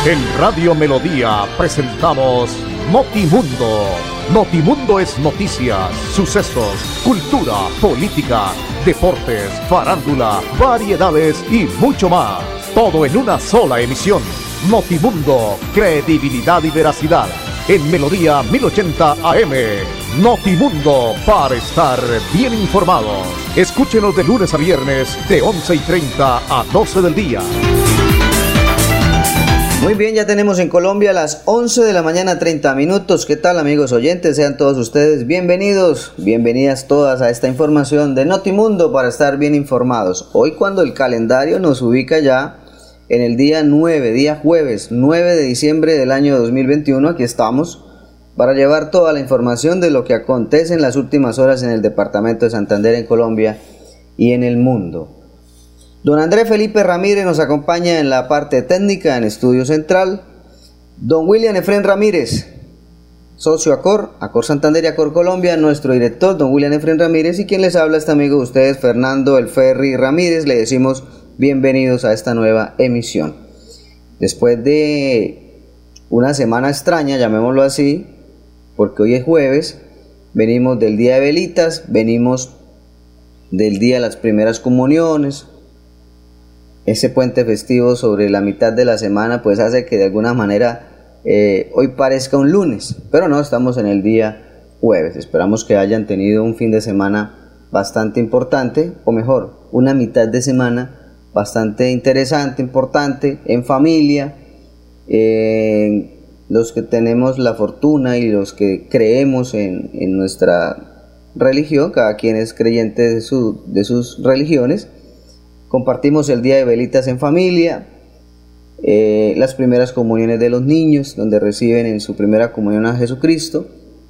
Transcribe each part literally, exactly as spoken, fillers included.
En Radio Melodía presentamos Notimundo. Notimundo es noticias, sucesos, cultura, política, deportes, farándula, variedades y mucho más. Todo en una sola emisión. Notimundo, credibilidad y veracidad. En Melodía mil ochenta A M. Notimundo, para estar bien informados. Escúchenos de lunes a viernes de once y treinta a doce del día. Muy bien, ya tenemos en Colombia las once de la mañana, treinta minutos. ¿Qué tal, amigos oyentes? Sean todos ustedes bienvenidos, bienvenidas todas a esta información de Notimundo para estar bien informados. Hoy, cuando el calendario nos ubica ya en el día nueve, día jueves, nueve de diciembre del año dos mil veintiuno, aquí estamos para llevar toda la información de lo que acontece en las últimas horas en el departamento de Santander, en Colombia y en el mundo. Don Andrés Felipe Ramírez nos acompaña en la parte técnica en Estudio Central. Don William Efrén Ramírez, socio Acor, Acor Santander y Acor Colombia, nuestro director, don William Efrén Ramírez, y quien les habla, este amigo de ustedes, Fernando El Ferri Ramírez. Le decimos bienvenidos a esta nueva emisión. Después de una semana extraña, llamémoslo así, porque hoy es jueves, venimos del día de velitas, venimos del día de las primeras comuniones. Ese puente festivo sobre la mitad de la semana pues hace que de alguna manera eh, hoy parezca un lunes, pero no, estamos en el día jueves. Esperamos que hayan tenido un fin de semana bastante importante, o mejor, una mitad de semana bastante interesante, importante, en familia. Eh, los que tenemos la fortuna y los que creemos en, en nuestra religión, cada quien es creyente de, su, de sus religiones. Compartimos el día de velitas en familia, eh, las primeras comuniones de los niños, donde reciben en su primera comunión a Jesucristo.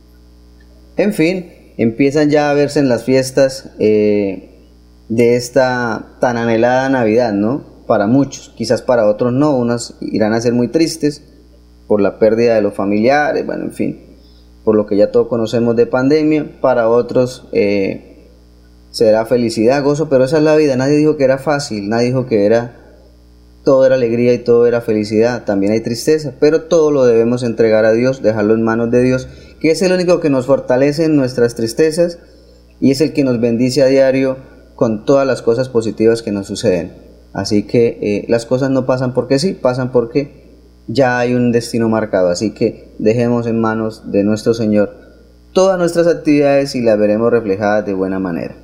En fin, empiezan ya a verse en las fiestas eh, de esta tan anhelada Navidad, ¿no? Para muchos, quizás para otros no, unos irán a ser muy tristes por la pérdida de los familiares, bueno, en fin, por lo que ya todos conocemos de pandemia. Para otros eh, será felicidad, gozo, pero esa es la vida. Nadie dijo que era fácil, nadie dijo que era todo era alegría y todo era felicidad. También hay tristeza, pero todo lo debemos entregar a Dios, dejarlo en manos de Dios, que es el único que nos fortalece en nuestras tristezas y es el que nos bendice a diario con todas las cosas positivas que nos suceden. Así que eh, las cosas no pasan porque sí, pasan porque ya hay un destino marcado. Así que dejemos en manos de nuestro Señor todas nuestras actividades y las veremos reflejadas de buena manera.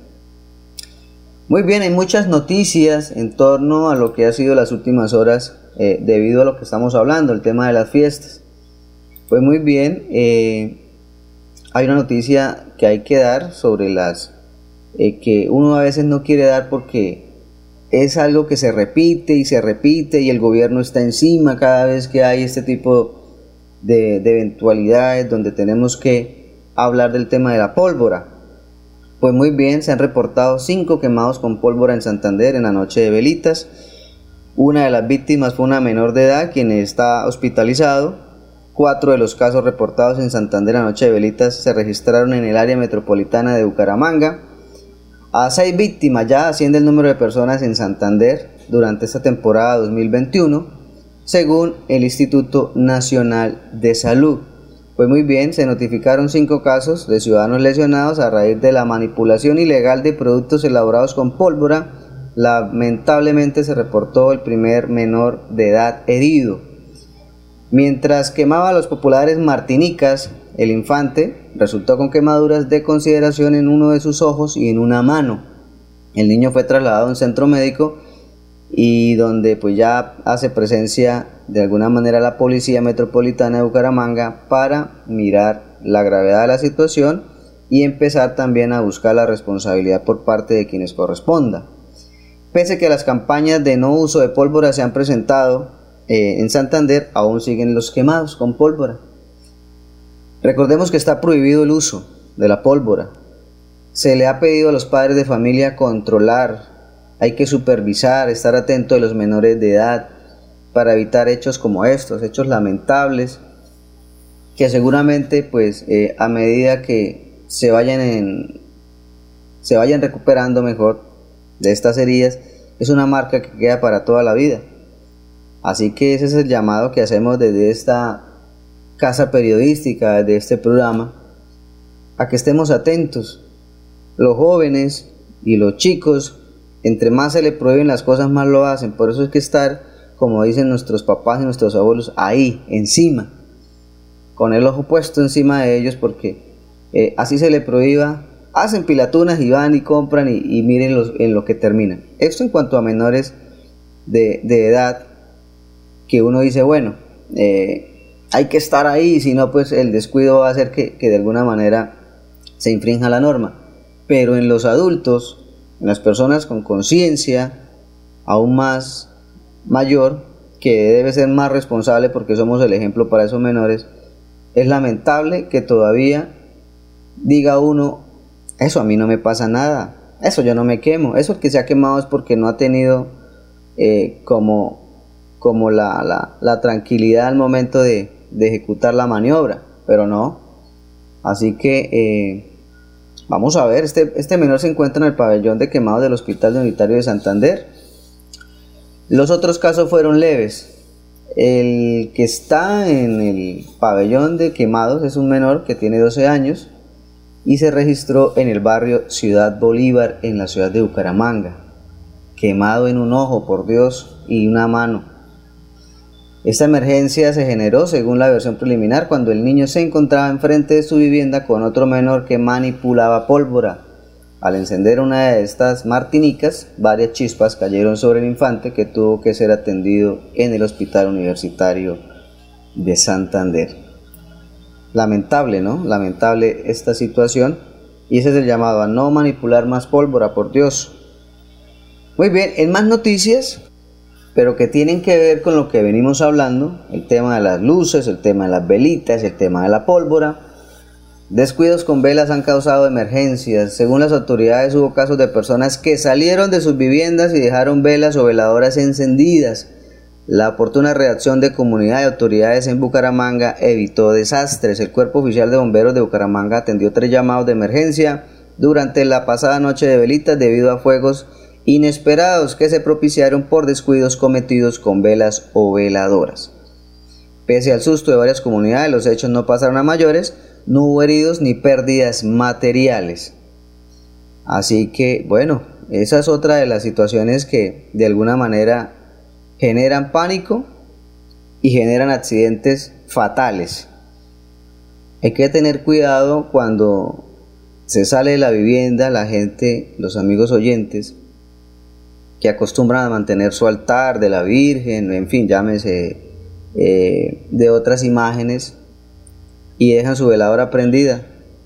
Muy bien, hay muchas noticias en torno a lo que ha sido las últimas horas eh, debido a lo que estamos hablando, el tema de las fiestas. Pues muy bien, eh, hay una noticia que hay que dar sobre las eh, que uno a veces no quiere dar porque es algo que se repite y se repite y el gobierno está encima cada vez que hay este tipo de, de eventualidades donde tenemos que hablar del tema de la pólvora. Pues muy bien, se han reportado cinco quemados con pólvora en Santander en la noche de velitas. Una de las víctimas fue una menor de edad, quien está hospitalizado. Cuatro de los casos reportados en Santander en la noche de velitas se registraron en el área metropolitana de Bucaramanga. A seis víctimas ya asciende el número de personas en Santander durante esta temporada dos mil veintiuno, según el Instituto Nacional de Salud. Pues muy bien, se notificaron cinco casos de ciudadanos lesionados a raíz de la manipulación ilegal de productos elaborados con pólvora. Lamentablemente se reportó el primer menor de edad herido. Mientras quemaba a los populares martinicas, el infante resultó con quemaduras de consideración en uno de sus ojos y en una mano. El niño fue trasladado a un centro médico y donde pues ya hace presencia de alguna manera la Policía Metropolitana de Bucaramanga para mirar la gravedad de la situación y empezar también a buscar la responsabilidad por parte de quienes corresponda. Pese a que las campañas de no uso de pólvora se han presentado eh, en Santander, aún siguen los quemados con pólvora. Recordemos que está prohibido el uso de la pólvora. Se le ha pedido a los padres de familia controlar, hay que supervisar, estar atento de los menores de edad para evitar hechos como estos, hechos lamentables que seguramente pues eh, a medida que se vayan en, se vayan recuperando mejor de estas heridas, es una marca que queda para toda la vida. Así que ese es el llamado que hacemos desde esta casa periodística, desde este programa, a que estemos atentos. Los jóvenes y los chicos, entre más se les prohíben las cosas, más lo hacen. Por eso es que estar, como dicen nuestros papás y nuestros abuelos, ahí, encima, con el ojo puesto encima de ellos, porque eh, así se les prohíba, hacen pilatunas y van y compran y, y miren los, en lo que terminan. Esto en cuanto a menores de, de edad, que uno dice, bueno, eh, hay que estar ahí, si no, pues el descuido va a hacer que, que de alguna manera se infrinja la norma. Pero en los adultos, en las personas con conciencia aún más mayor, que debe ser más responsable porque somos el ejemplo para esos menores, es lamentable que todavía diga uno, eso a mí no me pasa nada, eso yo no me quemo, eso el que se ha quemado es porque no ha tenido eh, como, como la, la, la tranquilidad al momento de, de ejecutar la maniobra, pero no. Así que eh, vamos a ver, este, este menor se encuentra en el pabellón de quemados del Hospital Unitario de Santander. Los otros casos fueron leves. El que está en el pabellón de quemados es un menor que tiene doce años y se registró en el barrio Ciudad Bolívar, en la ciudad de Bucaramanga. Quemado en un ojo, por Dios, y una mano. Esta emergencia se generó, según la versión preliminar, cuando el niño se encontraba enfrente de su vivienda con otro menor que manipulaba pólvora. Al encender una de estas martinicas, varias chispas cayeron sobre el infante, que tuvo que ser atendido en el Hospital Universitario de Santander. Lamentable, ¿no? Lamentable esta situación, y ese es el llamado a no manipular más pólvora, por Dios. Muy bien, en más noticias, pero que tienen que ver con lo que venimos hablando, el tema de las luces, el tema de las velitas, el tema de la pólvora. Descuidos con velas han causado emergencias. Según las autoridades, hubo casos de personas que salieron de sus viviendas y dejaron velas o veladoras encendidas. La oportuna reacción de comunidad y autoridades en Bucaramanga evitó desastres. El Cuerpo Oficial de Bomberos de Bucaramanga atendió tres llamados de emergencia durante la pasada noche de velitas debido a fuegos inesperados que se propiciaron por descuidos cometidos con velas o veladoras. Pese al susto de varias comunidades, los hechos no pasaron a mayores. No hubo heridos ni pérdidas materiales. Así que, bueno, esa es otra de las situaciones que de alguna manera generan pánico y generan accidentes fatales. Hay que tener cuidado cuando se sale de la vivienda, la gente, los amigos oyentes, que acostumbran a mantener su altar de la Virgen, en fin, llámese eh, de otras imágenes, y dejan su veladora prendida.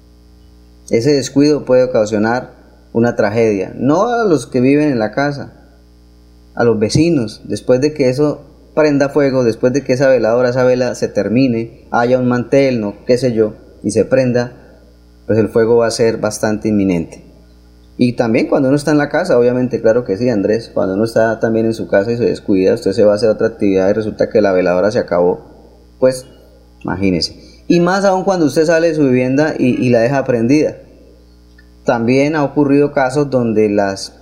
Ese descuido puede ocasionar una tragedia, no a los que viven en la casa, a los vecinos. Después de que eso prenda fuego, después de que esa veladora, esa vela se termine, haya un mantel, no, qué sé yo, y se prenda, pues el fuego va a ser bastante inminente. Y también cuando uno está en la casa, obviamente, claro que sí, Andrés, cuando uno está también en su casa y se descuida, usted se va a hacer otra actividad y resulta que la veladora se acabó, pues imagínese. Y más aún cuando usted sale de su vivienda y, y la deja prendida. También ha ocurrido casos donde las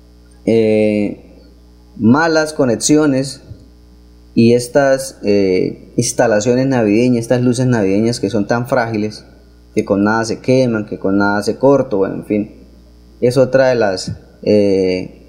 eh, malas conexiones y estas eh, instalaciones navideñas, estas luces navideñas que son tan frágiles, que con nada se queman, que con nada se cortan, bueno, en fin, es otra de las eh,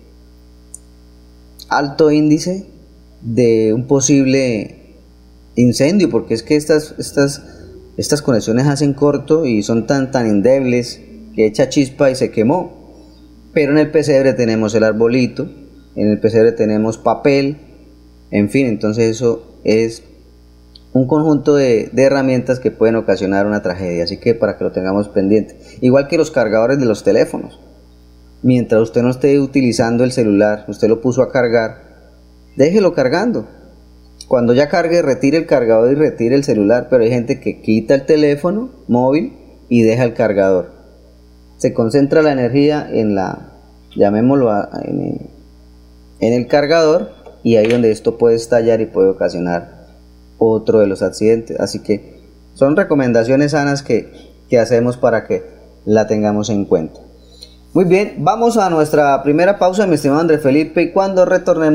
alto índice de un posible incendio, porque es que estas, estas Estas conexiones hacen corto y son tan, tan endebles que echa chispa y se quemó. Pero en el pesebre tenemos el arbolito, en el pesebre tenemos papel, en fin, entonces eso es un conjunto de, de herramientas que pueden ocasionar una tragedia, así que para que lo tengamos pendiente. Igual que los cargadores de los teléfonos. Mientras usted no esté utilizando el celular, usted lo puso a cargar, déjelo cargando. Cuando ya cargue, retire el cargador y retire el celular, pero hay gente que quita el teléfono móvil y deja el cargador. Se concentra la energía en la, llamémoslo, en el, en el cargador, y ahí donde esto puede estallar y puede ocasionar otro de los accidentes. Así que son recomendaciones sanas que, que hacemos para que la tengamos en cuenta. Muy bien, vamos a nuestra primera pausa, mi estimado Andrés Felipe, y cuando retornemos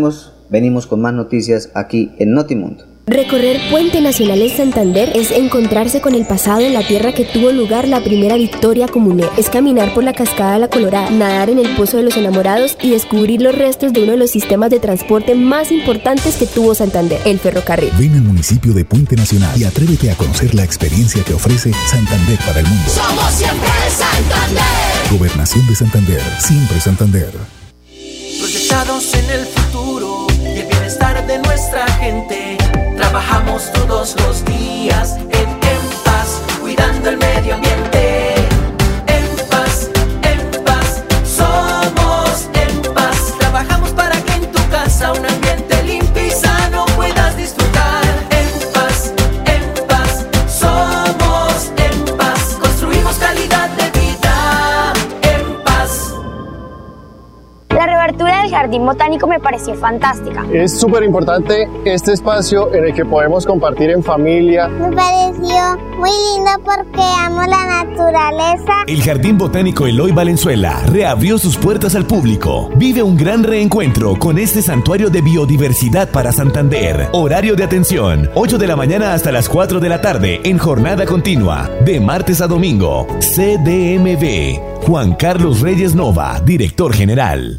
venimos con más noticias aquí en Notimundo. Recorrer Puente Nacional en Santander es encontrarse con el pasado en la tierra que tuvo lugar la primera victoria comunera. Es caminar por la cascada de la Colorada, nadar en el Pozo de los Enamorados y descubrir los restos de uno de los sistemas de transporte más importantes que tuvo Santander, el ferrocarril. Ven al municipio de Puente Nacional y atrévete a conocer la experiencia que ofrece Santander para el mundo. Somos siempre Santander. Gobernación de Santander, siempre Santander. Proyectados en el futuro y el bienestar de nuestra gente. Trabajamos todos los días en, en paz, cuidando el medio ambiente. En paz, en paz, somos en paz. Trabajamos para que en tu casa un ambiente limpio y sano puedas disfrutar. En paz, en paz, somos en paz. Construimos calidad de vida en paz. La reapertura del Jardín Botánico me pareció fantástica. Es súper importante este espacio en el que podemos compartir en familia. Me pareció muy lindo porque amo la naturaleza. El Jardín Botánico Eloy Valenzuela reabrió sus puertas al público. Vive un gran reencuentro con este santuario de biodiversidad para Santander. Horario de atención, ocho de la mañana hasta las cuatro de la tarde en jornada continua, de martes a domingo. C D M V. Juan Carlos Reyes Nova, director general.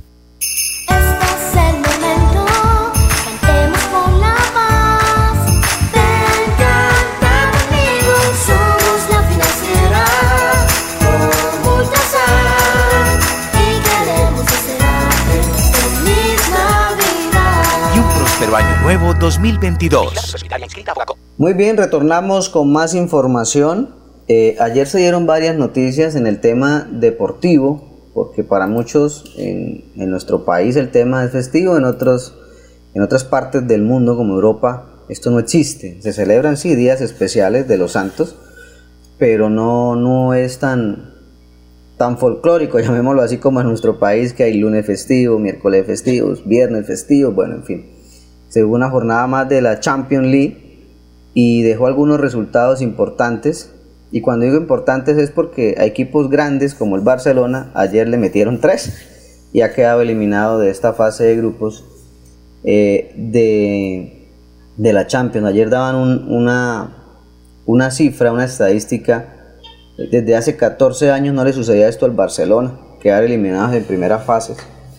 Año Nuevo dos mil veintidós. Muy bien, retornamos con más información. Eh, ayer se dieron varias noticias en el tema deportivo, porque para muchos en, en nuestro país el tema es festivo, en, otros, en otras partes del mundo como Europa esto no existe. Se celebran sí días especiales de los santos, pero no, no es tan, tan folclórico, llamémoslo así, como en nuestro país, que hay lunes festivo, miércoles festivos, viernes festivos, bueno, en fin. Se hubo una jornada más de la Champions League y dejó algunos resultados importantes, y cuando digo importantes es porque a equipos grandes como el Barcelona ayer le metieron tres y ha quedado eliminado de esta fase de grupos eh, de, de la Champions. Ayer daban un, una, una cifra, una estadística: desde hace catorce años no le sucedía esto al Barcelona, quedar eliminados en primera fase.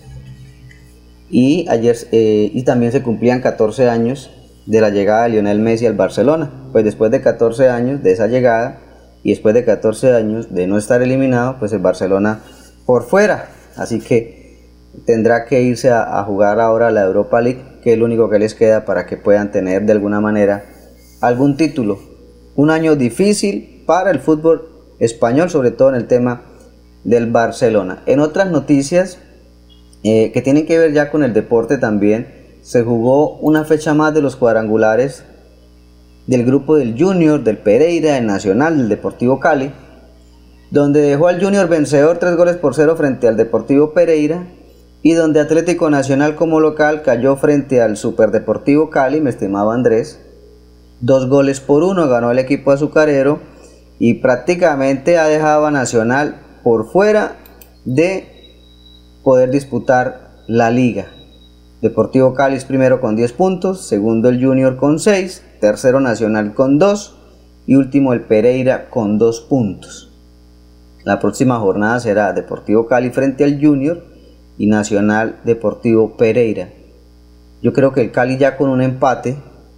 Y ayer eh, y también se cumplían catorce años de la llegada de Lionel Messi al Barcelona. Pues después de catorce años de esa llegada y después de catorce años de no estar eliminado, pues el Barcelona por fuera. Así que tendrá que irse a, a jugar ahora la Europa League, que es lo único que les queda para que puedan tener de alguna manera algún título. Un año difícil para el fútbol español, sobre todo en el tema del Barcelona. En otras noticias Eh, que tienen que ver ya con el deporte también, se jugó una fecha más de los cuadrangulares del grupo del Junior, del Pereira, del Nacional, del Deportivo Cali, donde dejó al Junior vencedor tres goles por cero frente al Deportivo Pereira, y donde Atlético Nacional como local cayó frente al Superdeportivo Cali, mi estimado Andrés, dos goles por uno ganó el equipo azucarero, y prácticamente ha dejado a Nacional por fuera de poder disputar la liga. Deportivo Cali es primero con diez puntos, segundo el Junior con seis, tercero Nacional con dos y último el Pereira con dos puntos. La próxima jornada será Deportivo Cali frente al Junior y Nacional Deportivo Pereira. Yo creo que el Cali ya con un empate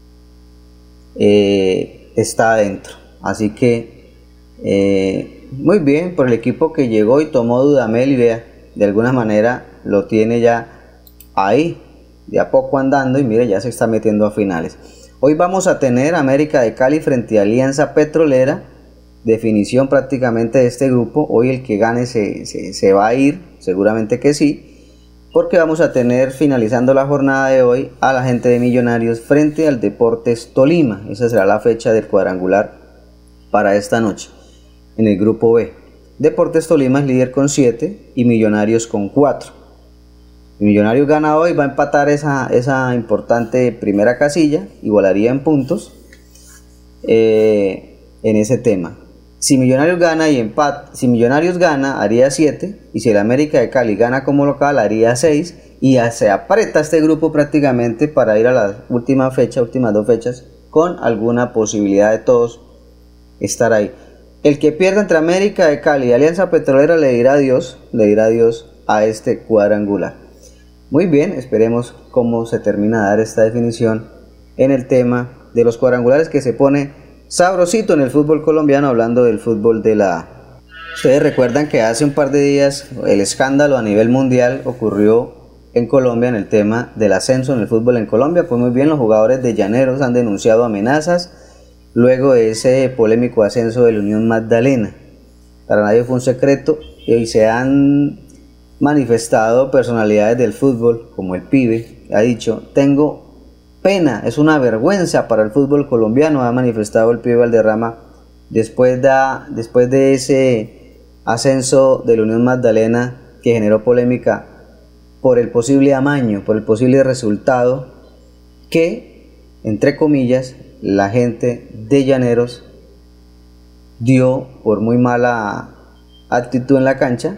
eh, está adentro, así que eh, muy bien por el equipo que llegó y tomó Dudamel, y vea, de alguna manera lo tiene ya ahí, de a poco andando, y mire, ya se está metiendo a finales. Hoy vamos a tener América de Cali frente a Alianza Petrolera, definición prácticamente de este grupo. Hoy el que gane se, se, se va a ir, seguramente que sí, porque vamos a tener, finalizando la jornada de hoy, a la gente de Millonarios frente al Deportes Tolima. Esa será la fecha del cuadrangular para esta noche en el grupo B. Deportes Tolima es líder con siete y Millonarios con cuatro. Millonarios gana hoy, va a empatar esa, esa importante primera casilla y volaría en puntos eh, en ese tema. Si Millonarios gana y empata, si Millonarios gana haría siete, y si el América de Cali gana como local haría seis, y se aprieta este grupo prácticamente para ir a la última fecha, últimas dos fechas, con alguna posibilidad de todos estar ahí. El que pierda entre América de Cali y Alianza Petrolera le dirá adiós, le dirá adiós a este cuadrangular. Muy bien, esperemos cómo se termina de dar esta definición en el tema de los cuadrangulares, que se pone sabrosito en el fútbol colombiano, hablando del fútbol de la A. Ustedes recuerdan que hace un par de días el escándalo a nivel mundial ocurrió en Colombia en el tema del ascenso en el fútbol en Colombia. Pues muy bien, los jugadores de Llaneros han denunciado amenazas luego de ese polémico ascenso de la Unión Magdalena. Para nadie fue un secreto y se han manifestado personalidades del fútbol, como el Pibe ha dicho: tengo pena, es una vergüenza para el fútbol colombiano, ha manifestado el Pibe Valderrama después de, después de ese ascenso de la Unión Magdalena, que generó polémica por el posible amaño, por el posible resultado que, entre comillas, la gente de Llaneros dio por muy mala actitud en la cancha,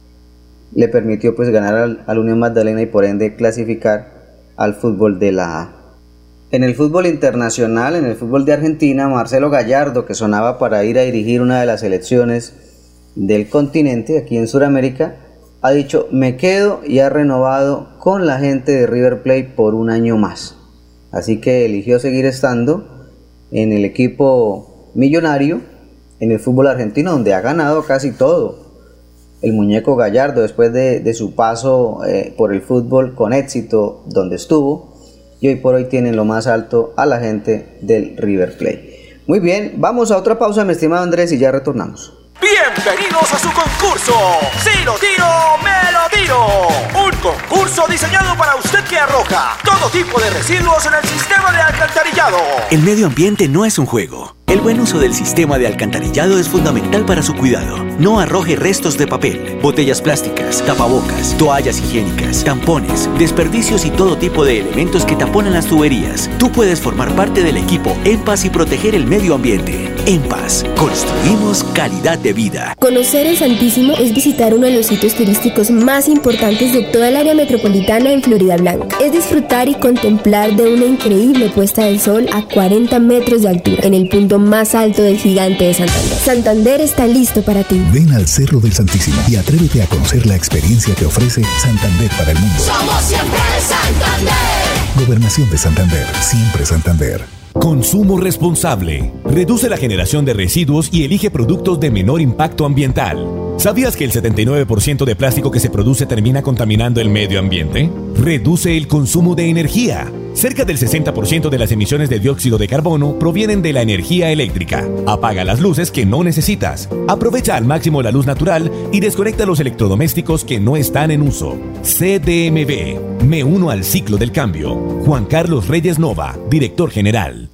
le permitió pues ganar al, al Unión Magdalena y por ende clasificar al fútbol de la A. En el fútbol internacional, en el fútbol de Argentina, Marcelo Gallardo, que sonaba para ir a dirigir una de las selecciones del continente aquí en Sudamérica, ha dicho: me quedo, y ha renovado con la gente de River Plate por un año más. Así que eligió seguir estando en el equipo millonario en el fútbol argentino, donde ha ganado casi todo el muñeco Gallardo después de, de su paso eh, por el fútbol con éxito donde estuvo, y hoy por hoy tienen lo más alto a la gente del River Plate. Muy bien, vamos a otra pausa, mi estimado Andrés, y ya retornamos. Bienvenidos a su concurso. Si lo tiro, me lo tiro. Un concurso diseñado para usted que arroja todo tipo de residuos en el sistema de alcantarillado. El medio ambiente no es un juego. El buen uso del sistema de alcantarillado es fundamental para su cuidado. No arroje restos de papel, botellas plásticas, tapabocas, toallas higiénicas, tampones, desperdicios y todo tipo de elementos que taponan las tuberías. Tú puedes formar parte del equipo En Paz y proteger el medio ambiente. En Paz, construimos calidad de vida. Conocer el Santísimo es visitar uno de los sitios turísticos más importantes de toda el área metropolitana en Florida Blanca. Es disfrutar y contemplar de una increíble puesta del sol a cuarenta metros de altura, en el punto más alto del gigante de Santander. Santander está listo para ti. Ven al Cerro del Santísimo y atrévete a conocer la experiencia que ofrece Santander para el mundo. Somos siempre Santander. Gobernación de Santander, siempre Santander. Consumo responsable. Reduce la generación de residuos y elige productos de menor impacto ambiental. ¿Sabías que el setenta y nueve por ciento de plástico que se produce termina contaminando el medio ambiente? Reduce el consumo de energía. Cerca del sesenta por ciento de las emisiones de dióxido de carbono provienen de la energía eléctrica. Apaga las luces que no necesitas. Aprovecha al máximo la luz natural y desconecta los electrodomésticos que no están en uso. C D M V. Me uno al ciclo del cambio. Juan Carlos Reyes Nova, director general.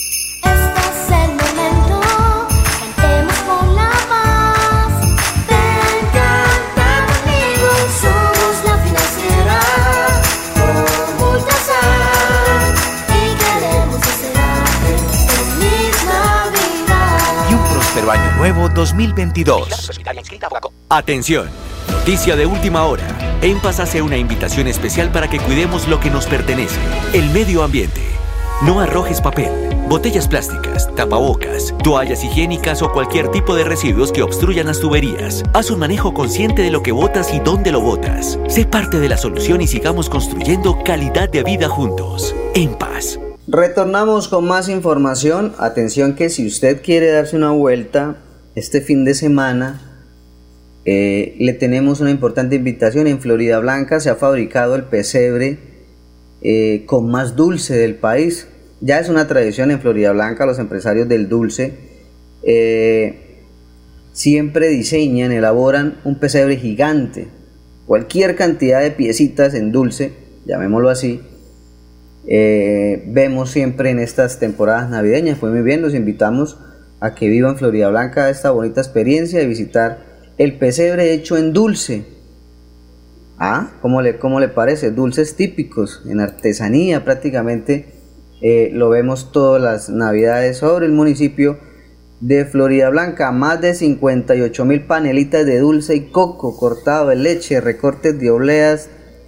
Año Nuevo dos mil veintidós. Atención, noticia de última hora. En Paz hace una invitación especial para que cuidemos lo que nos pertenece, el medio ambiente. No arrojes papel, botellas plásticas, tapabocas, toallas higiénicas o cualquier tipo de residuos que obstruyan las tuberías. Haz un manejo consciente de lo que botas y dónde lo botas. Sé parte de la solución y sigamos construyendo calidad de vida juntos. En Paz. Retornamos con más información. Atención que si usted quiere darse una vuelta este fin de semana, eh, le tenemos una importante invitación. En Florida Blanca se ha fabricado el pesebre eh, con más dulce del país. Ya es una tradición en Florida Blanca, los empresarios del dulce eh, siempre diseñan, elaboran un pesebre gigante. Cualquier cantidad de piecitas en dulce, llamémoslo así, Eh, vemos siempre en estas temporadas navideñas. Pues muy bien, los invitamos a que vivan Florida Blanca esta bonita experiencia de visitar el pesebre hecho en dulce. Ah, ¿cómo le, cómo le parece? Dulces típicos en artesanía prácticamente. Eh, lo vemos todas las navidades sobre el municipio de Florida Blanca. Más de cincuenta y ocho mil panelitas de dulce y coco cortado de leche, recortes de obleas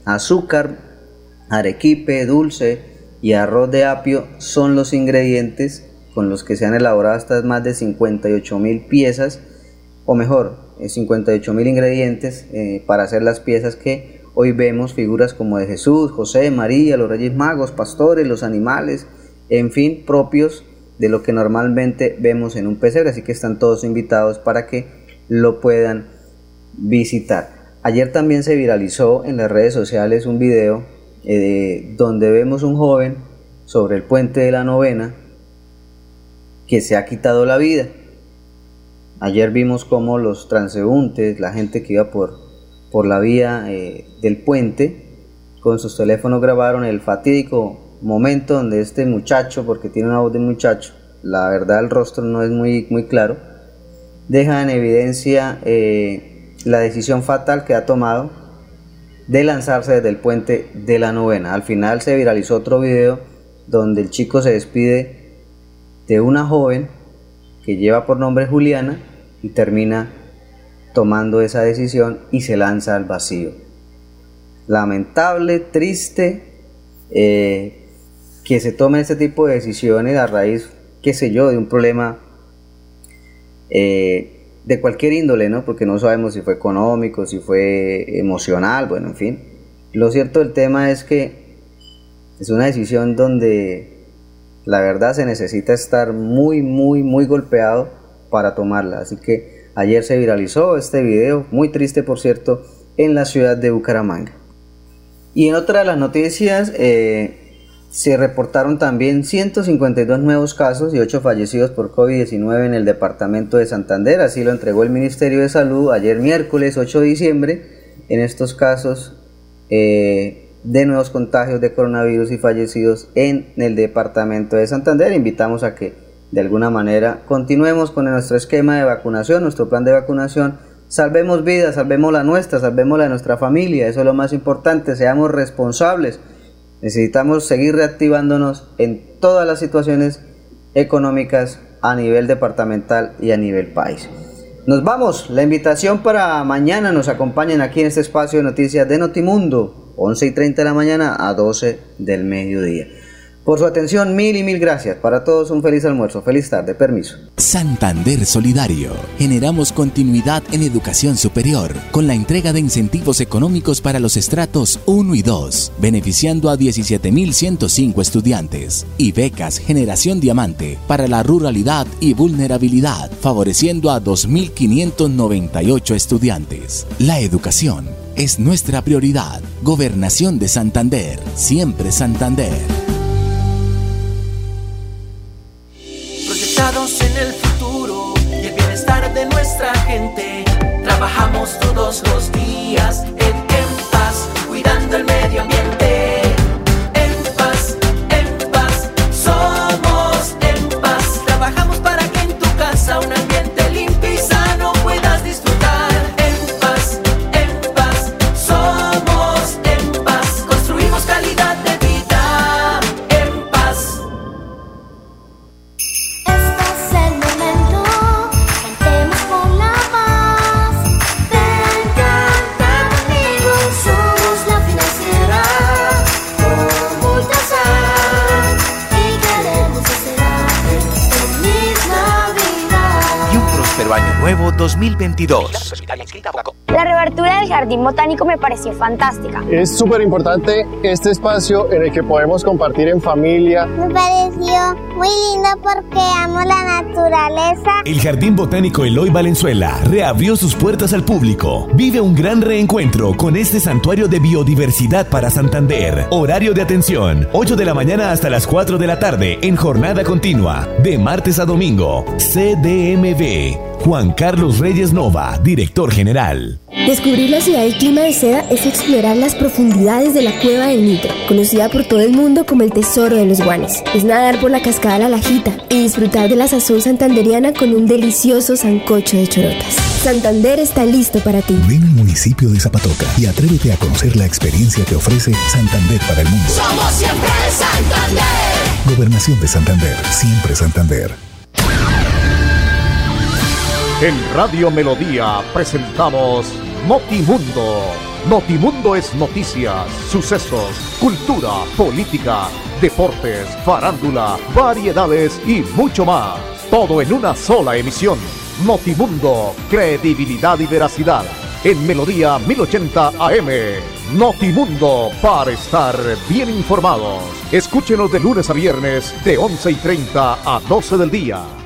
azúcar, arequipe, dulce y arroz de apio son los ingredientes con los que se han elaborado estas más de cincuenta y ocho mil piezas, o mejor, cincuenta y ocho mil ingredientes eh, para hacer las piezas que hoy vemos, figuras como de Jesús, José, María, los Reyes Magos, pastores, los animales, en fin, propios de lo que normalmente vemos en un pesebre, así que están todos invitados para que lo puedan visitar. Ayer también se viralizó en las redes sociales un video eh, donde vemos un joven sobre el puente de la Novena que se ha quitado la vida. Ayer vimos cómo los transeúntes, la gente que iba por, por la vía eh, del puente, con sus teléfonos grabaron el fatídico momento donde este muchacho, porque tiene una voz de muchacho, la verdad el rostro no es muy, muy claro, deja en evidencia eh, la decisión fatal que ha tomado de lanzarse desde el puente de la Novena. Al final se viralizó otro video donde el chico se despide de una joven que lleva por nombre Juliana y termina tomando esa decisión y se lanza al vacío. Lamentable, triste eh, que se tomen este tipo de decisiones a raíz, qué sé yo, de un problema eh, de cualquier índole, ¿no? Porque no sabemos si fue económico, si fue emocional, bueno, en fin. Lo cierto del tema es que es una decisión donde la verdad se necesita estar muy, muy, muy golpeado para tomarla. Así que ayer se viralizó este video, muy triste por cierto, en la ciudad de Bucaramanga. Y en otra de las noticias, eh, se reportaron también ciento cincuenta y dos nuevos casos y ocho fallecidos por COVID diecinueve en el departamento de Santander. Así lo entregó el Ministerio de Salud ayer miércoles ocho de diciembre. En estos casos eh, de nuevos contagios de coronavirus y fallecidos en el departamento de Santander. Invitamos a que de alguna manera continuemos con nuestro esquema de vacunación, nuestro plan de vacunación. Salvemos vidas, salvemos la nuestra, salvemos la de nuestra familia, eso es lo más importante, seamos responsables. Necesitamos seguir reactivándonos en todas las situaciones económicas a nivel departamental y a nivel país. Nos vamos, la invitación para mañana, nos acompañen aquí en este espacio de noticias de Notimundo, once y treinta de la mañana a doce del mediodía. Por su atención, mil y mil gracias. Para todos un feliz almuerzo, feliz tarde, permiso. Santander Solidario. Generamos continuidad en educación superior con la entrega de incentivos económicos para los estratos uno y dos, beneficiando a diecisiete mil ciento cinco estudiantes, y becas Generación Diamante para la ruralidad y vulnerabilidad, favoreciendo a dos mil quinientos noventa y ocho estudiantes. La educación es nuestra prioridad. Gobernación de Santander, siempre Santander. Proyectados en el futuro y el bienestar de nuestra gente, trabajamos todos los días en, en paz, cuidando el medio ambiente. En paz, en paz, somos en paz. Trabajamos para que en tu casa un ambiente limpio y sano puedas disfrutar. En paz, en paz, somos en paz. Construimos calidad de vida en paz. Año Nuevo dos mil veintidós. La reapertura del Jardín Botánico me pareció fantástica. Es súper importante este espacio en el que podemos compartir en familia. Me pareció muy lindo porque amo la naturaleza. El Jardín Botánico Eloy Valenzuela reabrió sus puertas al público. Vive un gran reencuentro con este santuario de biodiversidad para Santander. Horario de atención, ocho de la mañana hasta las cuatro de la tarde en jornada continua, de martes a domingo. C D M V. Juan Carlos Reyes Nova, director general. Descubrir la ciudad del clima de seda es explorar las profundidades de la cueva del Nitro, conocida por todo el mundo como el tesoro de los Guanes. Es nadar por la cascada La Lajita y disfrutar de la sazón santanderiana con un delicioso sancocho de chorotas. Santander está listo para ti. Ven al municipio de Zapatoca y atrévete a conocer la experiencia que ofrece Santander para el mundo. Somos siempre Santander. Gobernación de Santander, siempre Santander. En Radio Melodía presentamos Notimundo, Notimundo es noticias, sucesos, cultura, política, deportes, farándula, variedades y mucho más. Todo en una sola emisión. Notimundo, credibilidad y veracidad. En Melodía mil ochenta A M. Notimundo, para estar bien informados. Escúchenos de lunes a viernes de once y treinta a doce del día.